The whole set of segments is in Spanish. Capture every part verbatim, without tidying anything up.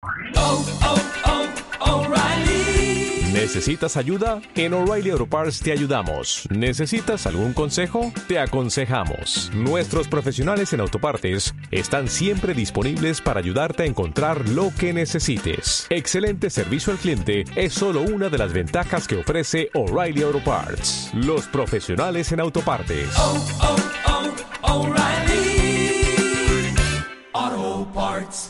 Oh, oh, oh, O'Reilly. ¿Necesitas ayuda? En O'Reilly Auto Parts te ayudamos. ¿Necesitas algún consejo? Te aconsejamos. Nuestros profesionales en autopartes están siempre disponibles para ayudarte a encontrar lo que necesites. Excelente servicio al cliente es solo una de las ventajas que ofrece O'Reilly Auto Parts. Los profesionales en autopartes. Oh, oh, oh, O'Reilly Auto Parts.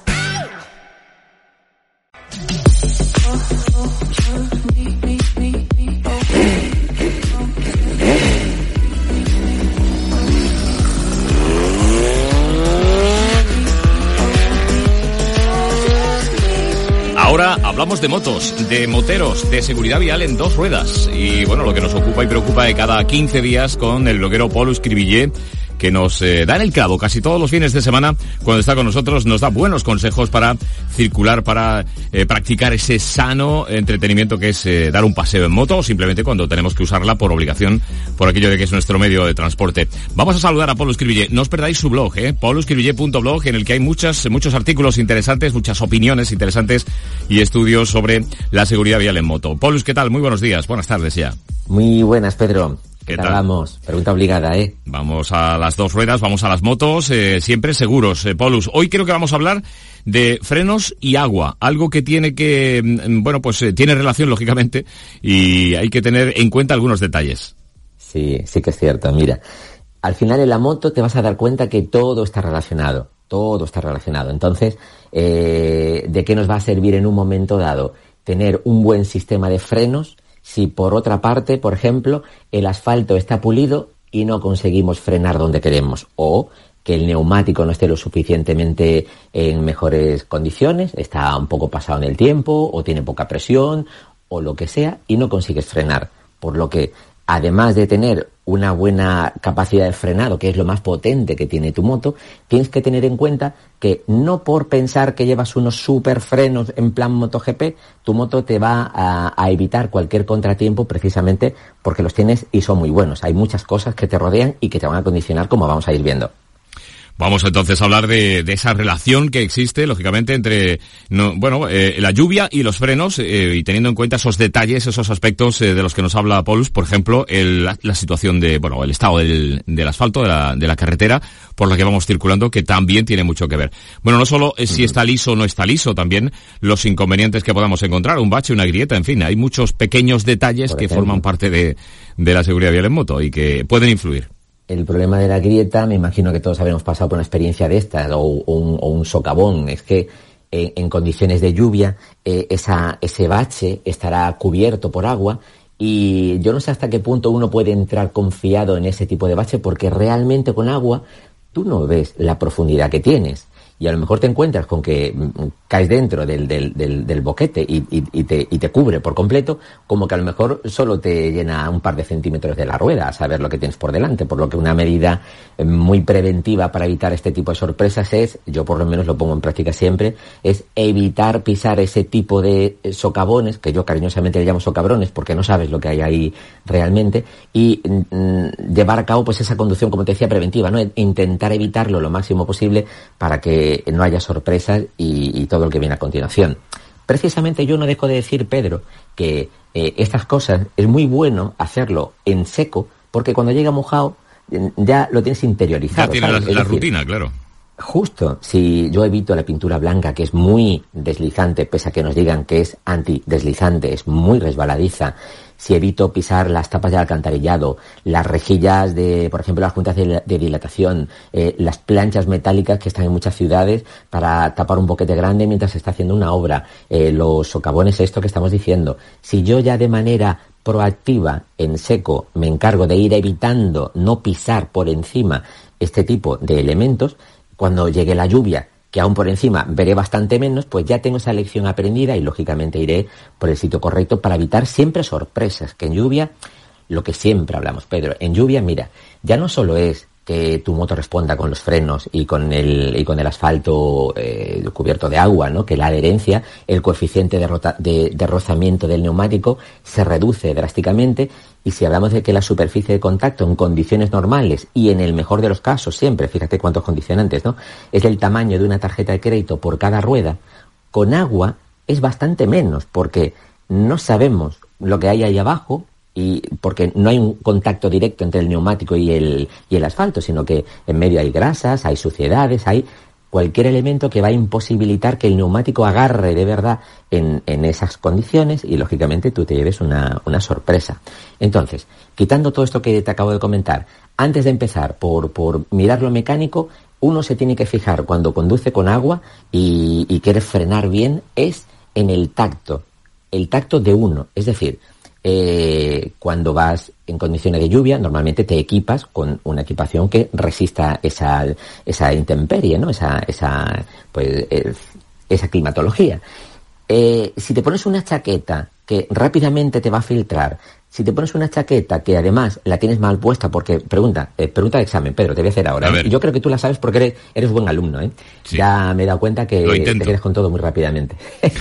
Ahora hablamos de motos, de moteros, de seguridad vial en dos ruedas. Y bueno, lo que nos ocupa y preocupa de cada quince días con el bloguero Pol Escribillé, que nos eh, da en el clavo casi todos los fines de semana. Cuando está con nosotros nos da buenos consejos para circular, para eh, practicar ese sano entretenimiento que es eh, dar un paseo en moto, o simplemente cuando tenemos que usarla por obligación, por aquello de que es nuestro medio de transporte. Vamos a saludar a Pol Escribillé. No os perdáis su blog, eh, pol escribillé punto blog, en el que hay muchas, muchos artículos interesantes, muchas opiniones interesantes y estudios sobre la seguridad vial en moto. Polus, ¿qué tal? Muy buenos días, buenas tardes ya. Muy buenas, Pedro. ¿Qué tal? Vamos, pregunta obligada, ¿eh? Vamos a las dos ruedas, vamos a las motos, eh, siempre seguros, eh, Polus. Hoy creo que vamos a hablar de frenos y agua, algo que tiene que, bueno, pues eh, tiene relación, lógicamente, y hay que tener en cuenta algunos detalles. Sí, sí que es cierto. Mira, al final en la moto te vas a dar cuenta que todo está relacionado, todo está relacionado. Entonces, eh, ¿de qué nos va a servir en un momento dado tener un buen sistema de frenos si por otra parte, por ejemplo, el asfalto está pulido y no conseguimos frenar donde queremos? O que el neumático no esté lo suficientemente en mejores condiciones, está un poco pasado en el tiempo, o tiene poca presión, o lo que sea, y no consigues frenar. Por lo que, además de tener una buena capacidad de frenado, que es lo más potente que tiene tu moto, tienes que tener en cuenta que no por pensar que llevas unos super frenos en plan MotoGP, tu moto te va a, a evitar cualquier contratiempo, precisamente porque los tienes y son muy buenos. Hay muchas cosas que te rodean y que te van a condicionar, como vamos a ir viendo. Vamos entonces a hablar de, de esa relación que existe, lógicamente, entre no, bueno, eh, la lluvia y los frenos, eh, y teniendo en cuenta esos detalles, esos aspectos eh, de los que nos habla Polus, por ejemplo, el, la, la situación de, bueno, el estado del, del asfalto, de la, de la carretera por la que vamos circulando, que también tiene mucho que ver. Bueno, no solo es si está liso o no está liso, también los inconvenientes que podamos encontrar, un bache, una grieta, en fin, hay muchos pequeños detalles que forman parte de, de la seguridad vial en moto y que pueden influir. El problema de la grieta, me imagino que todos habremos pasado por una experiencia de estas, o, o, un, o un socavón, es que eh, en condiciones de lluvia eh, esa, ese bache estará cubierto por agua, y yo no sé hasta qué punto uno puede entrar confiado en ese tipo de bache, porque realmente con agua tú no ves la profundidad que tienes. Y a lo mejor te encuentras con que caes dentro del, del, del, del boquete y, y, y, te, y te cubre por completo, como que a lo mejor solo te llena un par de centímetros de la rueda a saber lo que tienes por delante. Por lo que una medida muy preventiva para evitar este tipo de sorpresas es, yo por lo menos lo pongo en práctica siempre, es evitar pisar ese tipo de socavones, que yo cariñosamente le llamo socabrones porque no sabes lo que hay ahí realmente, y mm, llevar a cabo pues esa conducción, como te decía, preventiva, ¿no? Intentar evitarlo lo máximo posible para que no haya sorpresas y, y todo lo que viene a continuación. Precisamente yo no dejo de decir, Pedro, que eh, estas cosas es muy bueno hacerlo en seco, porque cuando llega mojado ya lo tienes interiorizado. Ya tiene la, la decir, rutina, claro. Justo, si yo evito la pintura blanca, que es muy deslizante, pese a que nos digan que es antideslizante, es muy resbaladiza, si evito pisar las tapas del alcantarillado, las rejillas de, por ejemplo, las juntas de, de dilatación, eh, las planchas metálicas que están en muchas ciudades para tapar un boquete grande mientras se está haciendo una obra, eh, los socavones, esto que estamos diciendo, si yo ya de manera proactiva, en seco, me encargo de ir evitando no pisar por encima este tipo de elementos, cuando llegue la lluvia, que aún por encima veré bastante menos, pues ya tengo esa lección aprendida y lógicamente iré por el sitio correcto para evitar siempre sorpresas, que en lluvia, lo que siempre hablamos, Pedro, en lluvia, mira, ya no solo es que tu moto responda con los frenos y con el, y con el asfalto eh, cubierto de agua, ¿no? Que la adherencia, el coeficiente de, rota, de, de rozamiento del neumático se reduce drásticamente, y si hablamos de que la superficie de contacto en condiciones normales y en el mejor de los casos siempre, fíjate cuántos condicionantes, ¿no? Es el tamaño de una tarjeta de crédito por cada rueda, Con agua es bastante menos, porque no sabemos lo que hay ahí abajo, y porque no hay un contacto directo entre el neumático y el, y el asfalto, sino que en medio hay grasas, hay suciedades, hay cualquier elemento que va a imposibilitar que el neumático agarre de verdad en, en esas condiciones, y lógicamente tú te lleves una, una sorpresa. Entonces, quitando todo esto que te acabo de comentar, antes de empezar por, por mirar lo mecánico, uno se tiene que fijar cuando conduce con agua y, y quiere frenar bien, es en el tacto, el tacto de uno, es decir, Eh, cuando vas en condiciones de lluvia, normalmente te equipas con una equipación que resista esa, esa intemperie, ¿no? Esa, esa, pues, eh, esa climatología. Eh, si te pones una chaqueta que rápidamente te va a filtrar, si te pones una chaqueta que además la tienes mal puesta, porque, pregunta, eh, pregunta de examen, Pedro, te voy a hacer ahora. ¿eh? Yo creo que tú la sabes porque eres, eres buen alumno, ¿eh? Sí. Ya me he dado cuenta que te quedas con todo muy rápidamente.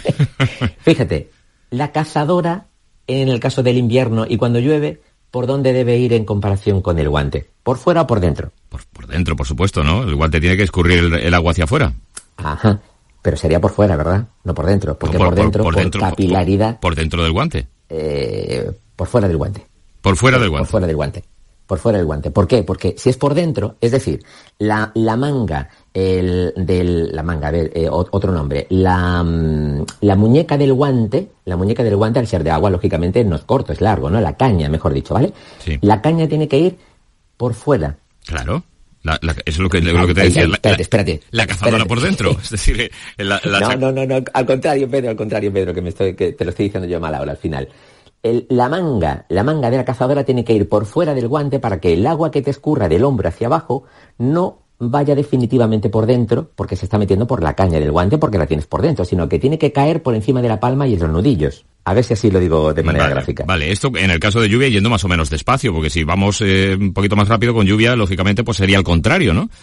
Fíjate, la cazadora, en el caso del invierno y cuando llueve, ¿por dónde debe ir en comparación con el guante? ¿Por fuera o por dentro? Por, por dentro, por supuesto, ¿no? El guante tiene que escurrir el, el agua hacia afuera. Ajá, pero sería por fuera, ¿verdad? No por dentro, porque no, por, por dentro, por, por, dentro, por capilaridad... Por, por dentro del guante. Eh, por fuera del guante. Por fuera del guante. Por fuera del guante. Por fuera del guante. ¿Por qué? Porque si es por dentro, es decir, la, la manga, el, del, la manga, a ver, eh, otro nombre, la, la muñeca del guante, la muñeca del guante al ser de agua, lógicamente no es corto, es largo, ¿no? La caña, mejor dicho, ¿vale? Sí. La caña tiene que ir por fuera. Claro. La, la, eso es lo que, lo que te decía. Espérate, la, espérate. La cazadora espérate. Por dentro. Es decir, la, la no, no, no, no, al contrario, Pedro, al contrario, Pedro, que me estoy, que te lo estoy diciendo yo mal ahora al final. El, la manga, la manga de la cazadora tiene que ir por fuera del guante para que el agua que te escurra del hombro hacia abajo no vaya definitivamente por dentro, porque se está metiendo por la caña del guante, porque la tienes por dentro, sino que tiene que caer por encima de la palma y los nudillos. A ver si así lo digo de manera vale, gráfica. Vale, esto en el caso de lluvia yendo más o menos despacio, porque si vamos eh, un poquito más rápido con lluvia, lógicamente pues sería al contrario, ¿no?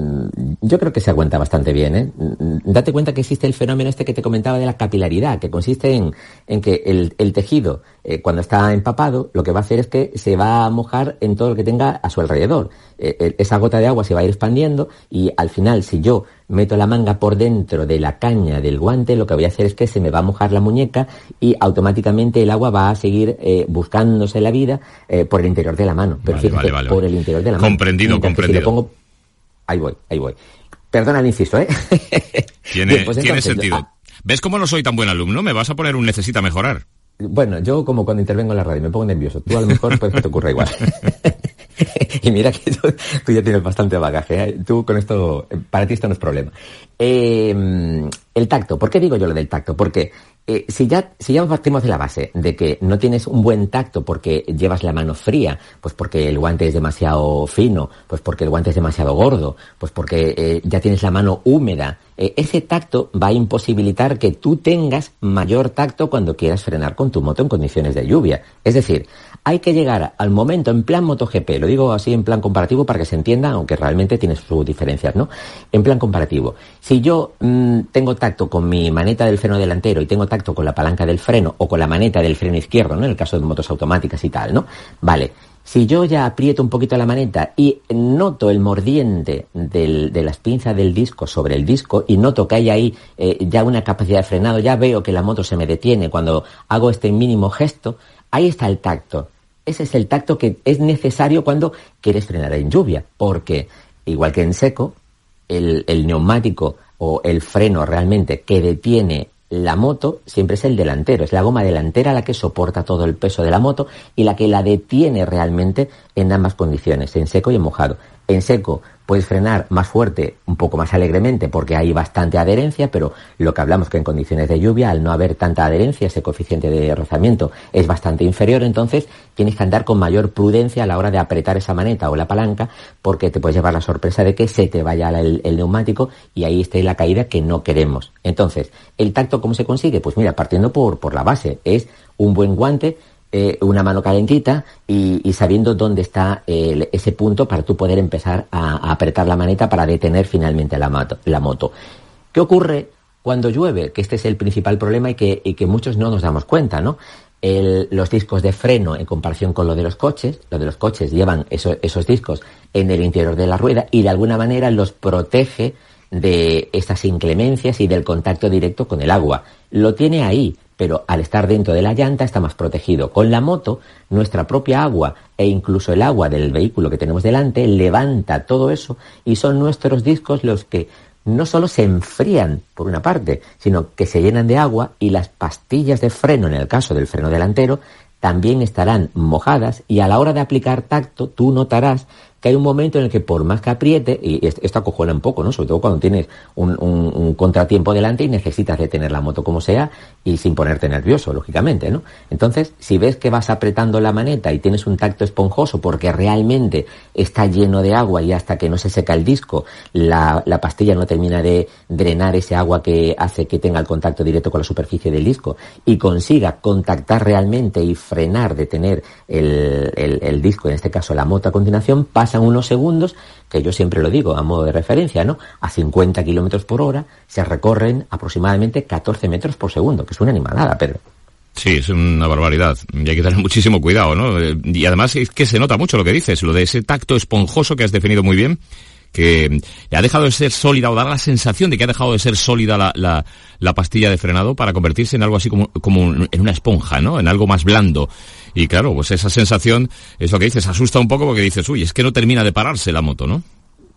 Yo creo que se aguanta bastante bien, ¿eh? Date cuenta que existe el fenómeno este que te comentaba de la capilaridad, que consiste en, en que el, el tejido, eh, cuando está empapado, lo que va a hacer es que se va a mojar en todo lo que tenga a su alrededor. Eh, esa gota de agua se va a ir expandiendo y al final, si yo meto la manga por dentro de la caña del guante, lo que voy a hacer es que se me va a mojar la muñeca y automáticamente el agua va a seguir eh, buscándose la vida eh, por el interior de la mano. Pero vale, fíjate, vale, vale, por vale. el interior de la mano. Comprendido, comprendido. Si lo pongo... Ahí voy, ahí voy. Perdona el inciso, ¿eh? Tiene, Bien, pues entonces, tiene sentido. Ah, ¿ves cómo no soy tan buen alumno? Me vas a poner un necesita mejorar. Bueno, yo como cuando intervengo en la radio me pongo nervioso. Tú a lo mejor pues que te ocurra igual. Y mira que tú, tú ya tienes bastante bagaje, ¿eh? Tú con esto, para ti esto no es problema. Eh, el tacto, ¿por qué digo yo lo del tacto? Porque eh, si ya si ya partimos de la base de que no tienes un buen tacto porque llevas la mano fría, pues porque el guante es demasiado fino, pues porque el guante es demasiado gordo, pues porque eh, ya tienes la mano húmeda, eh, ese tacto va a imposibilitar que tú tengas mayor tacto cuando quieras frenar con tu moto en condiciones de lluvia. Es decir, hay que llegar al momento en plan MotoGP, lo digo así en plan comparativo para que se entienda, aunque realmente tiene sus diferencias, ¿no? En plan comparativo, si yo mmm, tengo tacto con mi maneta del freno delantero y tengo tacto con la palanca del freno o con la maneta del freno izquierdo, ¿no? En el caso de motos automáticas y tal, ¿no? Vale, si yo ya aprieto un poquito la maneta y noto el mordiente del, de las pinzas del disco sobre el disco y noto que hay ahí eh, ya una capacidad de frenado, ya veo que la moto se me detiene cuando hago este mínimo gesto, ahí está el tacto. Ese es el tacto que es necesario cuando quieres frenar en lluvia, porque igual que en seco, el, el neumático o el freno realmente que detiene la moto siempre es el delantero, es la goma delantera la que soporta todo el peso de la moto y la que la detiene realmente en ambas condiciones, en seco y en mojado. En seco puedes frenar más fuerte, un poco más alegremente, porque hay bastante adherencia, pero lo que hablamos que en condiciones de lluvia, al no haber tanta adherencia, ese coeficiente de rozamiento es bastante inferior, entonces tienes que andar con mayor prudencia a la hora de apretar esa maneta o la palanca, porque te puedes llevar la sorpresa de que se te vaya el, el neumático y ahí esté la caída que no queremos. Entonces, ¿el tacto cómo se consigue? Pues mira, partiendo por, por la base, es un buen guante, Eh, una mano calentita y, y sabiendo dónde está eh, ese punto para tú poder empezar a, a apretar la maneta para detener finalmente la moto, la moto. ¿Qué ocurre cuando llueve? Que este es el principal problema y que, y que muchos no nos damos cuenta, ¿no? El, los discos de freno en comparación con lo de los coches, lo de los coches llevan eso, esos discos en el interior de la rueda y de alguna manera los protege de estas inclemencias y del contacto directo con el agua. Lo tiene ahí, pero al estar dentro de la llanta está más protegido. Con la moto, nuestra propia agua e incluso el agua del vehículo que tenemos delante levanta todo eso y son nuestros discos los que no solo se enfrían por una parte, sino que se llenan de agua y las pastillas de freno, en el caso del freno delantero, también estarán mojadas y a la hora de aplicar tacto tú notarás que hay un momento en el que por más que apriete, y esto acojona un poco, ¿no? Sobre todo cuando tienes un, un, un contratiempo delante y necesitas detener la moto como sea y sin ponerte nervioso, lógicamente, ¿no? Entonces, si ves que vas apretando la maneta y tienes un tacto esponjoso porque realmente está lleno de agua y hasta que no se seca el disco, la, la pastilla no termina de drenar ese agua que hace que tenga el contacto directo con la superficie del disco y consiga contactar realmente y frenar, detener el, el, el disco, en este caso la moto a continuación, pasan unos segundos, que yo siempre lo digo a modo de referencia, ¿no? A cincuenta kilómetros por hora se recorren aproximadamente catorce metros por segundo, que es una animalada, Pedro. Sí, es una barbaridad y hay que tener muchísimo cuidado, ¿no? Y además es que se nota mucho lo que dices, lo de ese tacto esponjoso que has definido muy bien, que ha dejado de ser sólida o da la sensación de que ha dejado de ser sólida la, la, la pastilla de frenado para convertirse en algo así como, como en una esponja, ¿no? En algo más blando. Y claro, pues esa sensación, es lo que dices, asusta un poco porque dices, uy, es que no termina de pararse la moto, ¿no?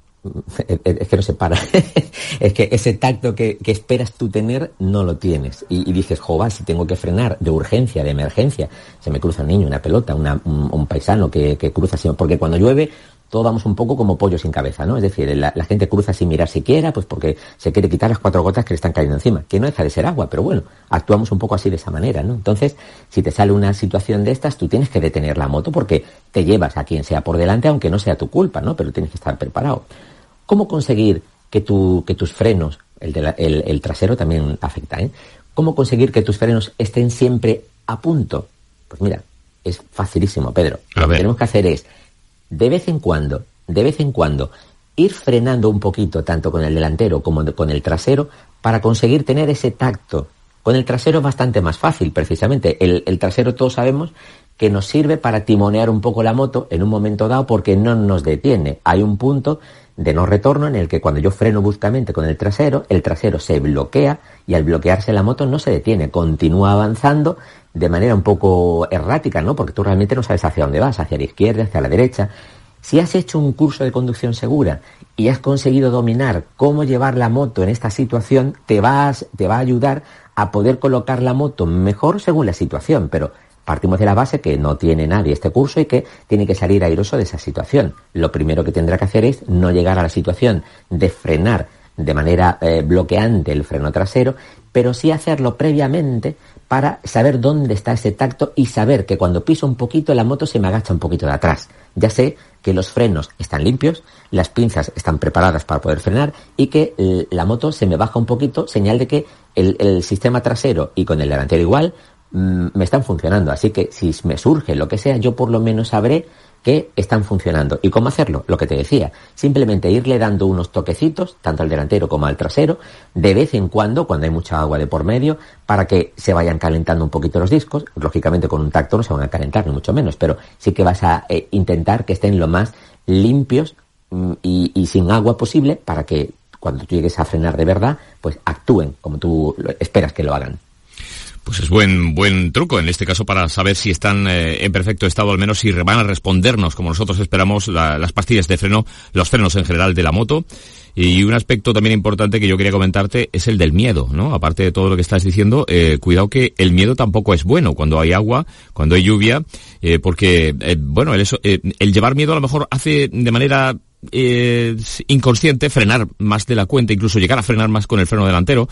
Es que no se para. Es que ese tacto que, que esperas tú tener no lo tienes y, y dices, joder, si tengo que frenar de urgencia, de emergencia, se me cruza un niño, una pelota, una, un, un paisano que, que cruza, porque cuando llueve todos vamos un poco como pollo sin cabeza, ¿no? Es decir, la, la gente cruza sin mirar siquiera, pues porque se quiere quitar las cuatro gotas que le están cayendo encima, que no deja de ser agua, pero bueno, actuamos un poco así de esa manera, ¿no? Entonces, si te sale una situación de estas, tú tienes que detener la moto porque te llevas a quien sea por delante, aunque no sea tu culpa, ¿no? Pero tienes que estar preparado. ¿Cómo conseguir que, tu, que tus frenos, el, de la, el, el trasero también afecta, ¿eh? ¿Cómo conseguir que tus frenos estén siempre a punto? Pues mira, es facilísimo, Pedro. Lo que tenemos que hacer es, de vez en cuando, de vez en cuando, ir frenando un poquito, tanto con el delantero como con el trasero, para conseguir tener ese tacto. Con el trasero es bastante más fácil, precisamente. El, el trasero todos sabemos que nos sirve para timonear un poco la moto en un momento dado porque no nos detiene. Hay un punto de no retorno en el que cuando yo freno bruscamente con el trasero, el trasero se bloquea y al bloquearse la moto no se detiene, continúa avanzando de manera un poco errática, ¿no? Porque tú realmente no sabes hacia dónde vas, hacia la izquierda, hacia la derecha. Si has hecho un curso de conducción segura y has conseguido dominar cómo llevar la moto en esta situación, te vas, te va a ayudar a poder colocar la moto mejor según la situación, pero partimos de la base que no tiene nadie este curso y que tiene que salir airoso de esa situación. Lo primero que tendrá que hacer es no llegar a la situación de frenar de manera eh, bloqueante el freno trasero, pero sí hacerlo previamente para saber dónde está ese tacto y saber que cuando piso un poquito la moto se me agacha un poquito de atrás. Ya sé que los frenos están limpios, las pinzas están preparadas para poder frenar y que eh, la moto se me baja un poquito, señal de que el, el sistema trasero y con el delantero igual mmm, me están funcionando. Así que si me surge lo que sea, yo por lo menos sabré que están funcionando. ¿Y cómo hacerlo? Lo que te decía, simplemente irle dando unos toquecitos, tanto al delantero como al trasero, de vez en cuando, cuando hay mucha agua de por medio, para que se vayan calentando un poquito los discos. Lógicamente con un tacto no se van a calentar, ni mucho menos, pero sí que vas a eh, intentar que estén lo más limpios mm, y, y sin agua posible para que cuando tú llegues a frenar de verdad, pues actúen como tú esperas que lo hagan. Pues es buen buen truco en este caso para saber si están eh, en perfecto estado, al menos si van a respondernos como nosotros esperamos la, las pastillas de freno, los frenos en general de la moto. Y un aspecto también importante que yo quería comentarte es el del miedo, ¿no? Aparte de todo lo que estás diciendo, eh, cuidado que el miedo tampoco es bueno cuando hay agua, cuando hay lluvia, eh, porque, eh, bueno, el, eso, eh, el llevar miedo a lo mejor hace de manera Eh, inconsciente frenar más de la cuenta, incluso llegar a frenar más con el freno delantero.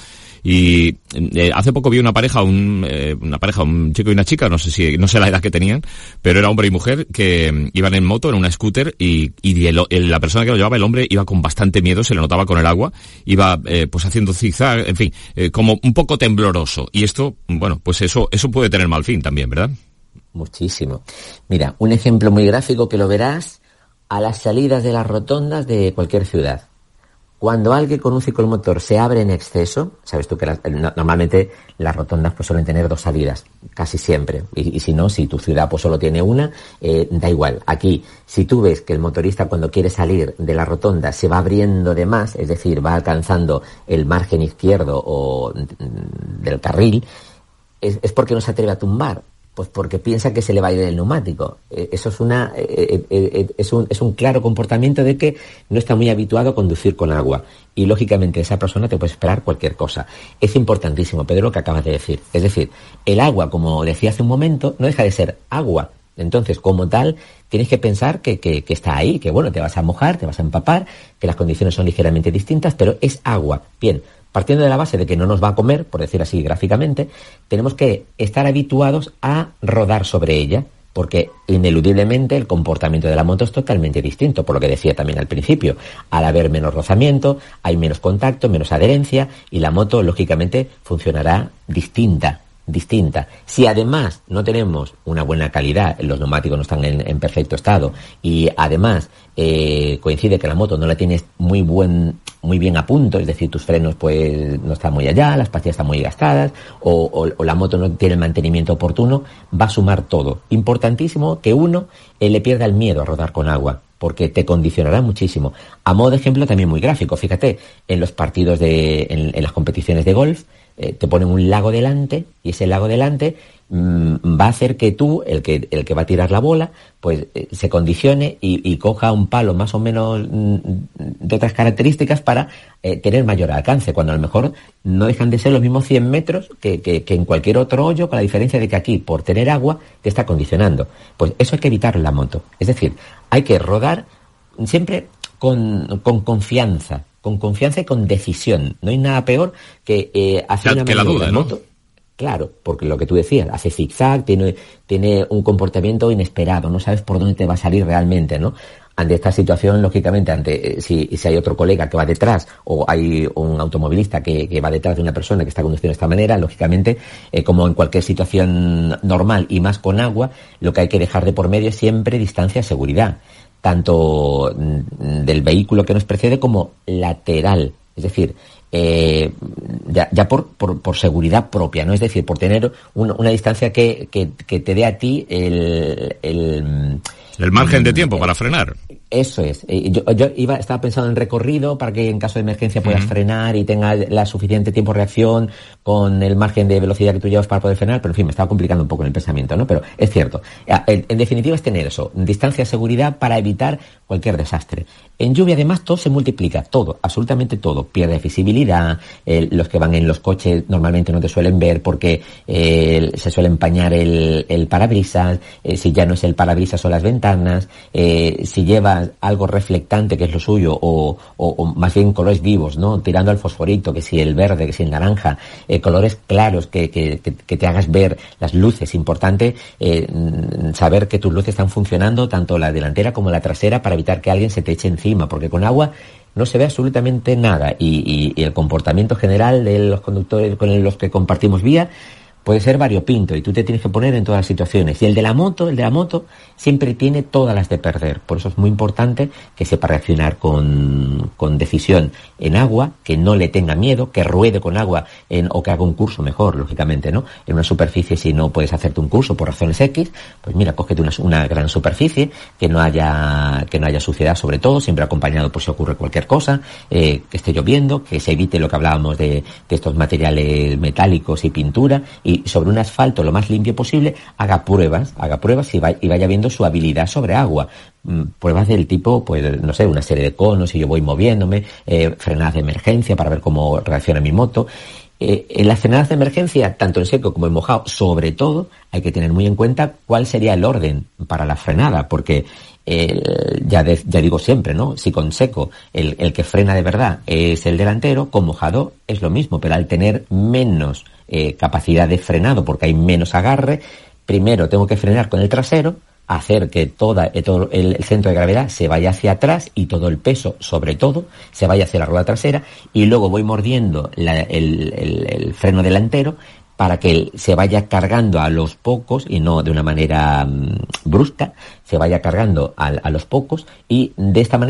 Y eh, hace poco vi una pareja, un, eh, una pareja, un chico y una chica, no sé si, no sé la edad que tenían, pero era hombre y mujer que eh, iban en moto, en una scooter, y, y el, el, la persona que lo llevaba, el hombre, iba con bastante miedo, se le notaba con el agua, iba eh, pues haciendo zigzag, en fin, eh, como un poco tembloroso. Y esto, bueno, pues eso, eso puede tener mal fin también, ¿verdad? Muchísimo. Mira, un ejemplo muy gráfico que lo verás a las salidas de las rotondas de cualquier ciudad. Cuando alguien con un ciclomotor se abre en exceso, sabes tú que las, normalmente las rotondas pues suelen tener dos salidas, casi siempre. Y, y si no, si tu ciudad pues solo tiene una, eh, da igual. Aquí, si tú ves que el motorista cuando quiere salir de la rotonda se va abriendo de más, es decir, va alcanzando el margen izquierdo o del carril, es, es porque no se atreve a tumbar. Pues porque piensa que se le va a ir el neumático. Eh, eso es una eh, eh, eh, es un es un claro comportamiento de que no está muy habituado a conducir con agua. Y lógicamente esa persona te puede esperar cualquier cosa. Es importantísimo, Pedro, lo que acabas de decir. Es decir, el agua, como decía hace un momento, no deja de ser agua. Entonces, como tal, tienes que pensar que, que, que está ahí, que bueno, te vas a mojar, te vas a empapar, que las condiciones son ligeramente distintas, pero es agua. Bien. Partiendo de la base de que no nos va a comer, por decir así gráficamente, tenemos que estar habituados a rodar sobre ella, porque ineludiblemente el comportamiento de la moto es totalmente distinto, por lo que decía también al principio. Al haber menos rozamiento, hay menos contacto, menos adherencia, y la moto, lógicamente, funcionará distinta. distinta. Si además no tenemos una buena calidad, los neumáticos no están en, en perfecto estado, y además eh, coincide que la moto no la tienes muy buen muy bien a punto, es decir, tus frenos pues no están muy allá, las pastillas están muy gastadas, o, o, o la moto no tiene el mantenimiento oportuno, va a sumar todo. Importantísimo que uno eh, le pierda el miedo a rodar con agua, porque te condicionará muchísimo. A modo de ejemplo también muy gráfico, fíjate, en los partidos de, en, en las competiciones de golf, eh, te ponen un lago delante, y ese lago delante mmm, va a hacer que tú, el que, el que va a tirar la bola, pues eh, se condicione y, y coja un palo más o menos mmm, de otras características para eh, tener mayor alcance, cuando a lo mejor no dejan de ser los mismos cien metros que, que, que en cualquier otro hoyo, con la diferencia de que aquí, por tener agua, te está condicionando. Pues eso hay que evitarlo en la moto. Es decir, hay que rodar siempre con, con confianza, con confianza y con decisión. No hay nada peor que eh, hacer una maniobra en moto. Claro, porque lo que tú decías, hace zigzag, tiene, tiene un comportamiento inesperado, no sabes por dónde te va a salir realmente, ¿no? Ante esta situación, lógicamente, ante si, si hay otro colega que va detrás o hay un automovilista que, que va detrás de una persona que está conduciendo de esta manera, lógicamente, eh, como en cualquier situación normal y más con agua, lo que hay que dejar de por medio es siempre distancia de seguridad, tanto del vehículo que nos precede como lateral, es decir, eh, ya, ya por, por, por seguridad propia, ¿no? Es decir, por tener un, una distancia que, que, que te dé a ti el... el El margen de tiempo para frenar. Eso es. Yo, yo iba, estaba pensando en recorrido para que en caso de emergencia puedas uh-huh. frenar y tenga la suficiente tiempo de reacción con el margen de velocidad que tú llevas para poder frenar, pero en fin, me estaba complicando un poco en el pensamiento, ¿no? Pero es cierto. En, en definitiva es tener eso, distancia de seguridad para evitar cualquier desastre. En lluvia además todo se multiplica, todo, absolutamente todo. Pierde visibilidad, eh, los que van en los coches normalmente no te suelen ver porque eh, se suele empañar el, el parabrisas, eh, si ya no es el parabrisas son las ventanas, eh, si llevas algo reflectante que es lo suyo o, o, o más bien colores vivos, ¿no? Tirando al fosforito, que si el verde, que si el naranja, eh, colores claros que, que, que, que te hagas ver las luces. Importante eh, saber que tus luces están funcionando, tanto la delantera como la trasera, para evitar que alguien se te eche encima, porque con agua no se ve absolutamente nada y, y, y el comportamiento general de los conductores con los que compartimos vía puede ser variopinto y tú te tienes que poner en todas las situaciones. Y el de la moto, el de la moto siempre tiene todas las de perder. Por eso es muy importante que sepa reaccionar con, con decisión en agua, que no le tenga miedo, que ruede con agua en, o que haga un curso mejor, lógicamente, ¿no? En una superficie, si no puedes hacerte un curso por razones X, pues mira, cógete una, una gran superficie, que no haya, que no haya suciedad sobre todo, siempre acompañado por si ocurre cualquier cosa, eh, que esté lloviendo, que se evite lo que hablábamos de, de estos materiales metálicos y pintura, y sobre un asfalto lo más limpio posible, haga pruebas, haga pruebas y, va, y vaya viendo su habilidad sobre agua. Mm, pruebas del tipo, pues, no sé, una serie de conos y yo voy moviéndome, eh, frenadas de emergencia para ver cómo reacciona mi moto. Eh, en las frenadas de emergencia, tanto en seco como en mojado, sobre todo, hay que tener muy en cuenta cuál sería el orden para la frenada, porque eh, ya, de, ya digo siempre, ¿no? Si con seco el, el que frena de verdad es el delantero, con mojado es lo mismo, pero al tener menos eh, capacidad de frenado, porque hay menos agarre, primero tengo que frenar con el trasero, hacer que toda, eh, todo el, el centro de gravedad se vaya hacia atrás y todo el peso, sobre todo, se vaya hacia la rueda trasera, y luego voy mordiendo la, el, el, el freno delantero para que se vaya cargando a los pocos y no de una manera um, brusca, se vaya cargando a, a los pocos, y de esta manera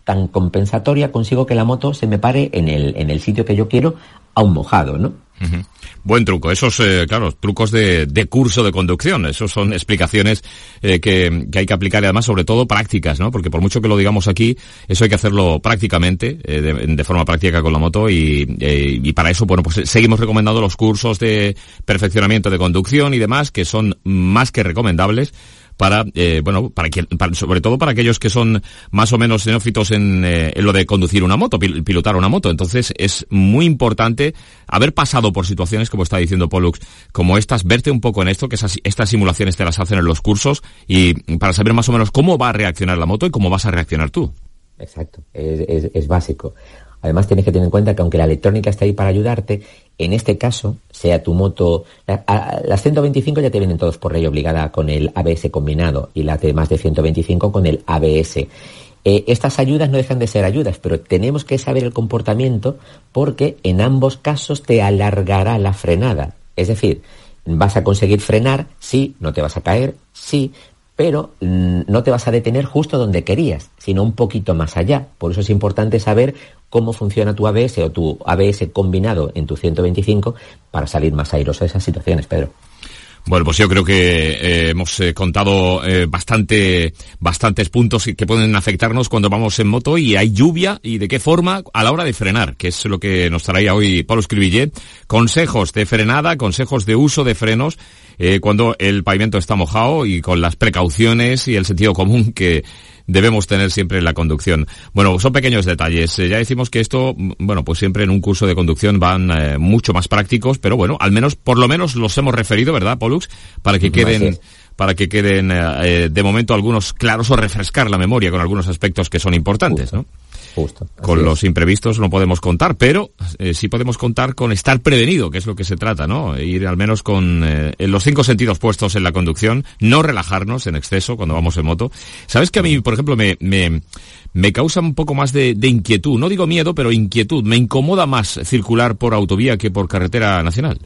tan compensatoria, consigo que la moto se me pare en el, en el sitio que yo quiero, aún mojado, ¿no? Uh-huh. Buen truco. Esos, eh, claro, trucos de, de curso de conducción. Esos son explicaciones eh, que, que hay que aplicar, y además, sobre todo, prácticas, ¿no? Porque por mucho que lo digamos aquí, eso hay que hacerlo prácticamente, eh, de, de forma práctica con la moto, y, eh, y para eso, bueno, pues seguimos recomendando los cursos de perfeccionamiento de conducción y demás, que son más que recomendables para, eh, bueno, para, que, para sobre todo para aquellos que son más o menos neófitos en, eh, en lo de conducir una moto, pil, pilotar una moto. Entonces es muy importante haber pasado por situaciones, como está diciendo Pollux, como estas, verte un poco en esto, que esas, estas simulaciones te las hacen en los cursos, y para saber más o menos cómo va a reaccionar la moto y cómo vas a reaccionar tú. Exacto, es, es, es básico. Además tienes que tener en cuenta que aunque la electrónica está ahí para ayudarte, en este caso, sea tu moto, a, a, las ciento veinticinco ya te vienen todos por ley obligada con el A B S combinado, y las de más de ciento veinticinco con el A B S. Eh, estas ayudas no dejan de ser ayudas, pero tenemos que saber el comportamiento, porque en ambos casos te alargará la frenada. Es decir, vas a conseguir frenar, sí, no te vas a caer, sí, pero mmm, no te vas a detener justo donde querías, sino un poquito más allá. Por eso es importante saber cómo funciona tu A B S o tu A B S combinado en tu ciento veinticinco para salir más airoso de esas situaciones, Pedro. Bueno, pues yo creo que eh, hemos eh, contado eh, bastante, bastantes puntos que pueden afectarnos cuando vamos en moto, y hay lluvia, y de qué forma a la hora de frenar, que es lo que nos traía hoy Pollux Cribillé. Consejos de frenada, consejos de uso de frenos eh, cuando el pavimento está mojado, y con las precauciones y el sentido común que debemos tener siempre en la conducción. Bueno, son pequeños detalles. Eh, ya decimos que esto, bueno, pues siempre en un curso de conducción van eh, mucho más prácticos, pero bueno, al menos, por lo menos los hemos referido, ¿verdad, Pollux? Para que queden, para que queden eh, de momento algunos claros, o refrescar la memoria con algunos aspectos que son importantes, ¿no? Justo. Con los imprevistos no podemos contar, pero eh, sí podemos contar con estar prevenido, que es lo que se trata, ¿no? Ir al menos con eh, los cinco sentidos puestos en la conducción, no relajarnos en exceso cuando vamos en moto. ¿Sabes que a mí, por ejemplo, me me, me causa un poco más de, de inquietud? No digo miedo, pero inquietud. Me incomoda más circular por autovía que por carretera nacional.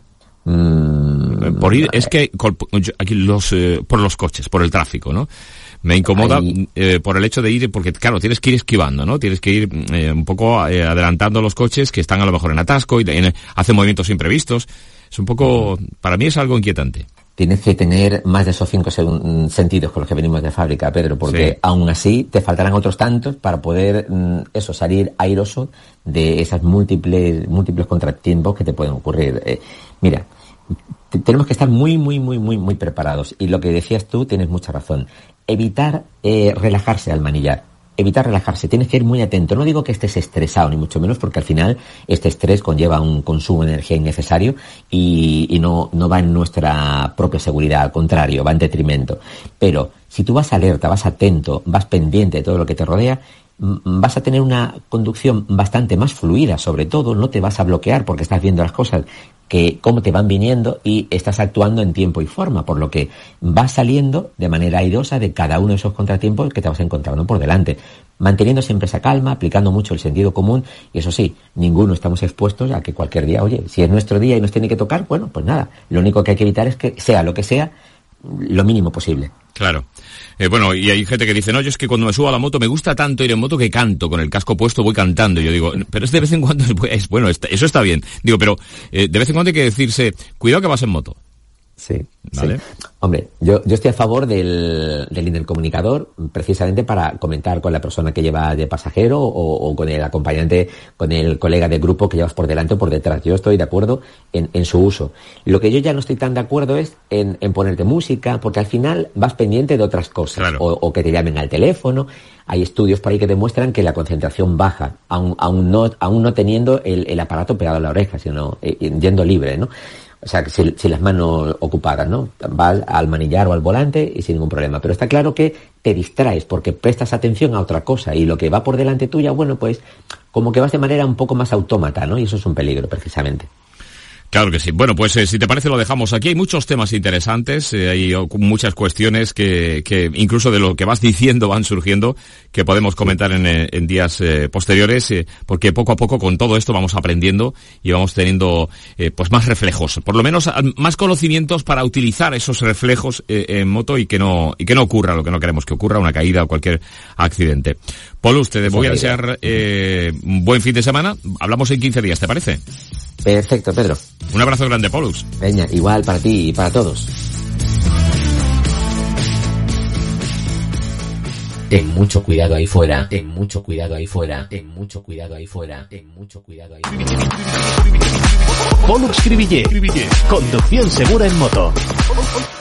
Mm, por ir, es que aquí los eh, por los coches, por el tráfico, ¿no? Me incomoda eh, por el hecho de ir, porque claro, tienes que ir esquivando, ¿no? Tienes que ir eh, un poco eh, adelantando los coches que están a lo mejor en atasco y en, hacen movimientos imprevistos. Es un poco, para mí es algo inquietante. Tienes que tener más de esos cinco segun- sentidos con los que venimos de fábrica, Pedro, porque sí, aún así te faltarán otros tantos para poder, eso, salir airoso de esas múltiples, múltiples contratiempos que te pueden ocurrir. Eh, mira, t- tenemos que estar muy, muy, muy, muy, muy preparados. Y lo que decías tú, tienes mucha razón. Evitar eh, relajarse al manillar. Evitar relajarse. Tienes que ir muy atento. No digo que estés estresado, ni mucho menos, porque al final este estrés conlleva un consumo de energía innecesario y, y no, no va en nuestra propia seguridad. Al contrario, va en detrimento. Pero si tú vas alerta, vas atento, vas pendiente de todo lo que te rodea, vas a tener una conducción bastante más fluida. Sobre todo, no te vas a bloquear porque estás viendo las cosas que cómo te van viniendo y estás actuando en tiempo y forma, por lo que vas saliendo de manera airosa de cada uno de esos contratiempos que te vas encontrando por delante, manteniendo siempre esa calma, aplicando mucho el sentido común. Y eso sí, ninguno estamos expuestos a que cualquier día, oye, si es nuestro día y nos tiene que tocar, bueno, pues nada, lo único que hay que evitar es que sea lo que sea, lo mínimo posible. Claro. Eh, bueno, y hay gente que dice, no, yo es que cuando me subo a la moto me gusta tanto ir en moto que canto, con el casco puesto voy cantando. Y yo digo, pero es de vez en cuando, es bueno, eso está bien. Digo, pero eh, de vez en cuando hay que decirse, cuidado que vas en moto. Sí, ¿vale? Sí. Hombre, yo, yo estoy a favor del, del intercomunicador precisamente para comentar con la persona que lleva de pasajero o, o con el acompañante, con el colega de grupo que llevas por delante o por detrás. Yo estoy de acuerdo en, en su uso. Lo que yo ya no estoy tan de acuerdo es en, en ponerte música, porque al final vas pendiente de otras cosas. Claro. O, o que te llamen al teléfono. Hay estudios por ahí que demuestran que la concentración baja, aún, aún, no, aún no teniendo el, el aparato pegado a la oreja, sino eh, yendo libre, ¿no? O sea, si, si las manos ocupadas, ¿no? Vas al manillar o al volante y sin ningún problema. Pero está claro que te distraes porque prestas atención a otra cosa y lo que va por delante tuya, bueno, pues como que vas de manera un poco más autómata, ¿no? Y eso es un peligro, precisamente. Claro que sí. Bueno, pues eh, si te parece lo dejamos aquí. Hay muchos temas interesantes, eh, hay muchas cuestiones que, que incluso de lo que vas diciendo van surgiendo, que podemos comentar en, en días eh, posteriores, eh, porque poco a poco con todo esto vamos aprendiendo y vamos teniendo eh, pues más reflejos, por lo menos más conocimientos para utilizar esos reflejos eh, en moto y que no y que no ocurra lo que no queremos que ocurra, una caída o cualquier accidente. Paulus, te voy a desear eh, un buen fin de semana. Hablamos en quince días, ¿te parece? Perfecto, Pedro. Un abrazo grande, Paulus. Venga, igual para ti y para todos. Ten mucho cuidado ahí fuera, ten mucho cuidado ahí fuera, ten mucho cuidado ahí fuera, ten mucho cuidado ahí fuera. Pollux Cribillé, conducción segura en moto.